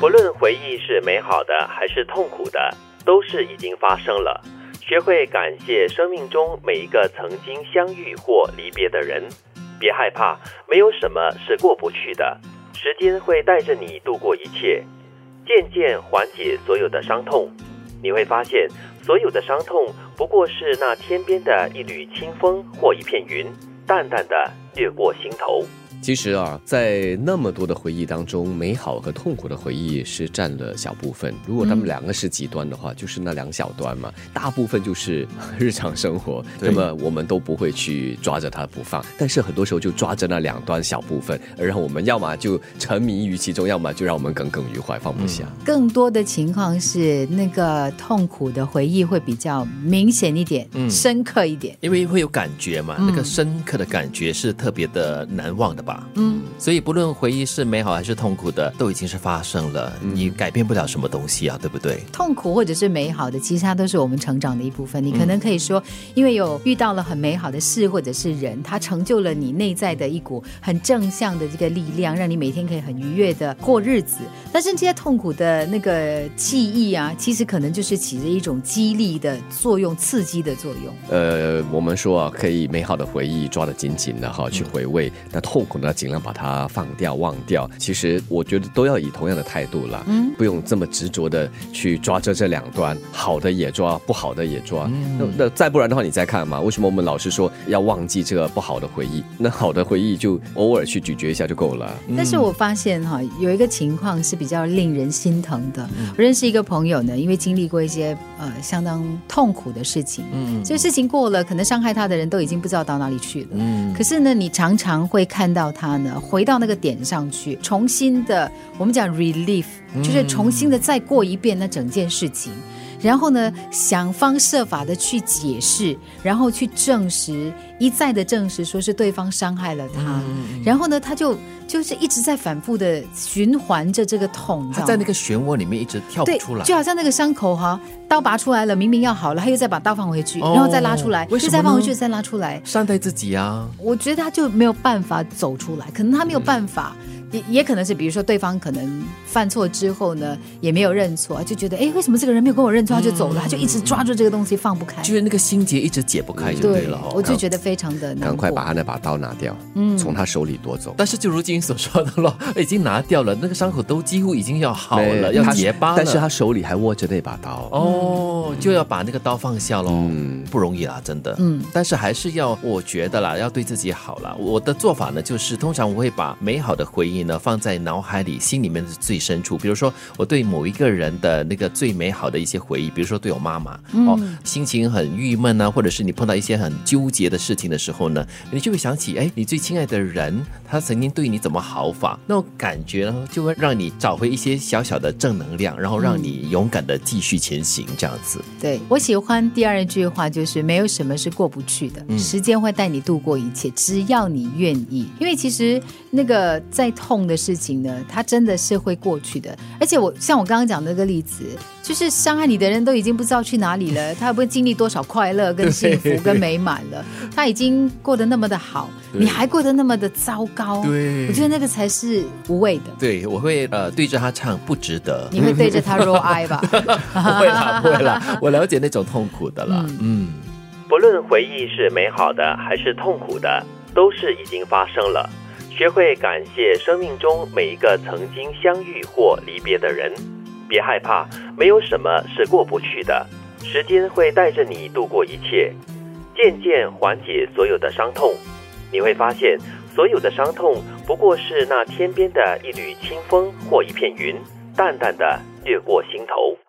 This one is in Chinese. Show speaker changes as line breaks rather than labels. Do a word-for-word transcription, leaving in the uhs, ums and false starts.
不论回忆是美好的还是痛苦的，都是已经发生了。学会感谢生命中每一个曾经相遇或离别的人，别害怕，没有什么是过不去的，时间会带着你度过一切，渐渐缓解所有的伤痛。你会发现，所有的伤痛不过是那天边的一缕清风或一片云，淡淡的掠过心头。
其实啊，在那么多的回忆当中，美好和痛苦的回忆是占了小部分。如果他们两个是极端的话，嗯、就是那两小端嘛。大部分就是日常生活，那么我们都不会去抓着它不放。但是很多时候就抓着那两端小部分，而让我们要么就沉迷于其中，要么就让我们耿耿于怀，放不下。
嗯、更多的情况是，那个痛苦的回忆会比较明显一点，嗯、深刻一点，
因为会有感觉嘛，嗯、那个深刻的感觉是特别的难忘的吧。
嗯，
所以不论回忆是美好还是痛苦的，都已经是发生了，嗯、你改变不了什么东西啊，对不对？
痛苦或者是美好的，其实它都是我们成长的一部分。你可能可以说，嗯、因为有遇到了很美好的事或者是人，它成就了你内在的一股很正向的这个力量，让你每天可以很愉悦的过日子。但是这些痛苦的那个记忆啊，其实可能就是起着一种激励的作用，刺激的作用。
呃，我们说啊，可以美好的回忆抓得紧紧的哈，去回味；那痛苦呢，尽量把它放掉忘掉。其实我觉得都要以同样的态度啦，嗯，不用这么执着的去抓着这两端，好的也抓，不好的也抓。嗯、那, 那再不然的话，你再看嘛，为什么我们老是说要忘记这个不好的回忆？那好的回忆就偶尔去咀嚼一下就够了。
嗯、但是我发现哈，有一个情况是比较令人心疼的。嗯、我认识一个朋友呢，因为经历过一些呃相当痛苦的事情，嗯，这事情过了，可能伤害他的人都已经不知道到哪里去了。嗯，可是呢，你常常会看到他呢，回到那个点上去，重新的，我们讲 relief， 就是重新的再过一遍那整件事情。然后呢，想方设法的去解释，然后去证实，一再的证实说是对方伤害了他。嗯、然后呢，他就就是一直在反复的循环着这个痛，
他在那个漩涡里面一直跳不出来，
就好像那个伤口哈，刀拔出来了，明明要好了，他又再把刀放回去，哦、然后再拉出来，又再放回去，再拉出来，
善待自己啊。
我觉得他就没有办法走出来，可能他没有办法。嗯也, 也可能是比如说对方可能犯错之后呢也没有认错，就觉得哎，为什么这个人没有跟我认错他就走了，嗯、他就一直抓住这个东西放不开，
就是那个心结一直解不开就对了。
对，我就觉得非常的难过，
赶快把他那把刀拿掉，嗯，从他手里夺走。
但是就如今所说的咯，已经拿掉了，那个伤口都几乎已经要好了，要结疤了，
但是他手里还握着那把刀
哦，嗯、就要把那个刀放下咯，嗯、不容易啦，真的。嗯，但是还是要，我觉得啦，要对自己好啦。我的做法呢，就是通常我会把美好的回忆呢放在脑海里心里面的最深处，比如说我对某一个人的那个最美好的一些回忆，比如说对我妈妈、嗯、哦，心情很郁闷啊，或者是你碰到一些很纠结的事情的时候呢，你就会想起哎，你最亲爱的人他曾经对你怎么好法，那种感觉呢就会让你找回一些小小的正能量，然后让你勇敢的继续前行，这样子。
对，我喜欢第二句话，就是没有什么是过不去的、嗯、时间会带你度过一切，只要你愿意。因为其实那个再痛的事情呢，它真的是会过去的。而且我像我刚刚讲的那个例子，就是伤害你的人都已经不知道去哪里了，他会不会经历多少快乐跟幸福跟美满了，他已经过得那么的好，你还过得那么的糟糕。对，我觉得那个才是无谓的。
对，我会呃对着他唱不值得。
你会对着他 roll eye 吧？
不会啦，不会啦，我了解那种痛苦的啦。嗯, 嗯，
不论回忆是美好的还是痛苦的，都是已经发生了。学会感谢生命中每一个曾经相遇或离别的人，别害怕，没有什么是过不去的，时间会带着你度过一切，渐渐缓解所有的伤痛。你会发现，所有的伤痛不过是那天边的一缕清风或一片云，淡淡的掠过心头。